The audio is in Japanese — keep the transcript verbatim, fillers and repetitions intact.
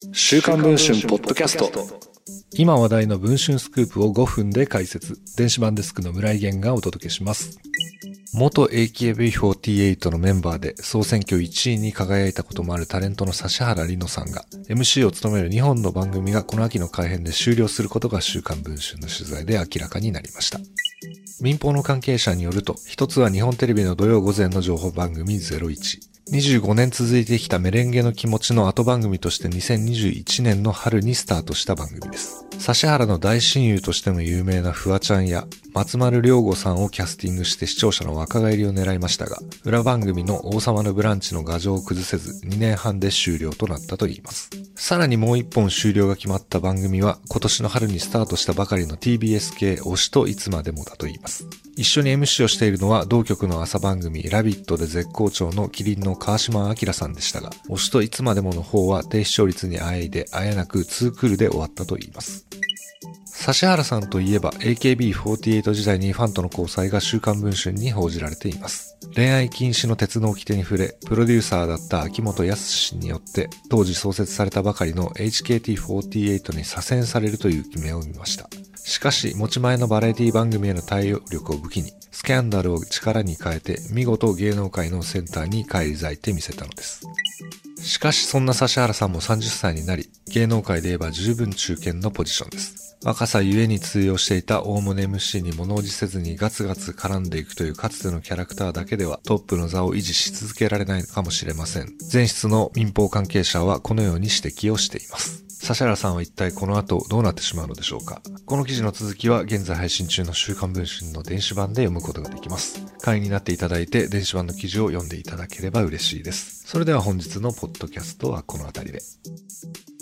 週刊文春ポッドキャスト。 今話題の文春スクープをごふんで解説。電子版デスクの村井源がお届けします。元 エーケービーフォーティーエイト のメンバーで総選挙いちいに輝いたこともあるタレントの指原莉乃さんが エムシー を務めるにほんの番組がこの秋の改編で終了することが週刊文春の取材で明らかになりました。民放の関係者によると、一つは日本テレビの土曜午前の情報番組ゼロイチ。にじゅうごねん続いてきたメレンゲの気持ちの後番組としてにせんにじゅういちねんの春にスタートした番組です。指原の大親友としても有名なフワちゃんや松丸亮吾さんをキャスティングして視聴者の若返りを狙いましたが、裏番組の王様のブランチの牙城を崩せずにねんはんで終了となったといいます。さらにもう一本終了が決まった番組は今年の春にスタートしたばかりの ティービーエス 系推しといつまでもだといいます。一緒に エムシー をしているのは同局の朝番組ラビットで絶好調のキリンの川島明さんでしたが、推しといつまでもの方は低視聴率にあえいであえなくツークールで終わったといいます。指原さんといえば エーケービーフォーティーエイト 時代にファンとの交際が週刊文春に報じられています。恋愛禁止の鉄の掟に触れ、プロデューサーだった秋元康氏によって当時創設されたばかりの エイチケーティーフォーティーエイト に左遷されるという夢を見ました。しかし持ち前のバラエティ番組への対応力を武器にスキャンダルを力に変えて見事芸能界のセンターに返り咲いてみせたのです。しかしそんな指原さんもさんじゅっさいになり、芸能界で言えば十分中堅のポジションです。若さゆえに通用していた大物 エムシー に物おじせずにガツガツ絡んでいくというかつてのキャラクターだけではトップの座を維持し続けられないのかもしれません。前室の民放関係者はこのように指摘をしています。指原さんは一体この後どうなってしまうのでしょうか。この記事の続きは現在配信中の週刊文春の電子版で読むことができます。会員になっていただいて電子版の記事を読んでいただければ嬉しいです。それでは本日のポッドキャストはこの辺りで。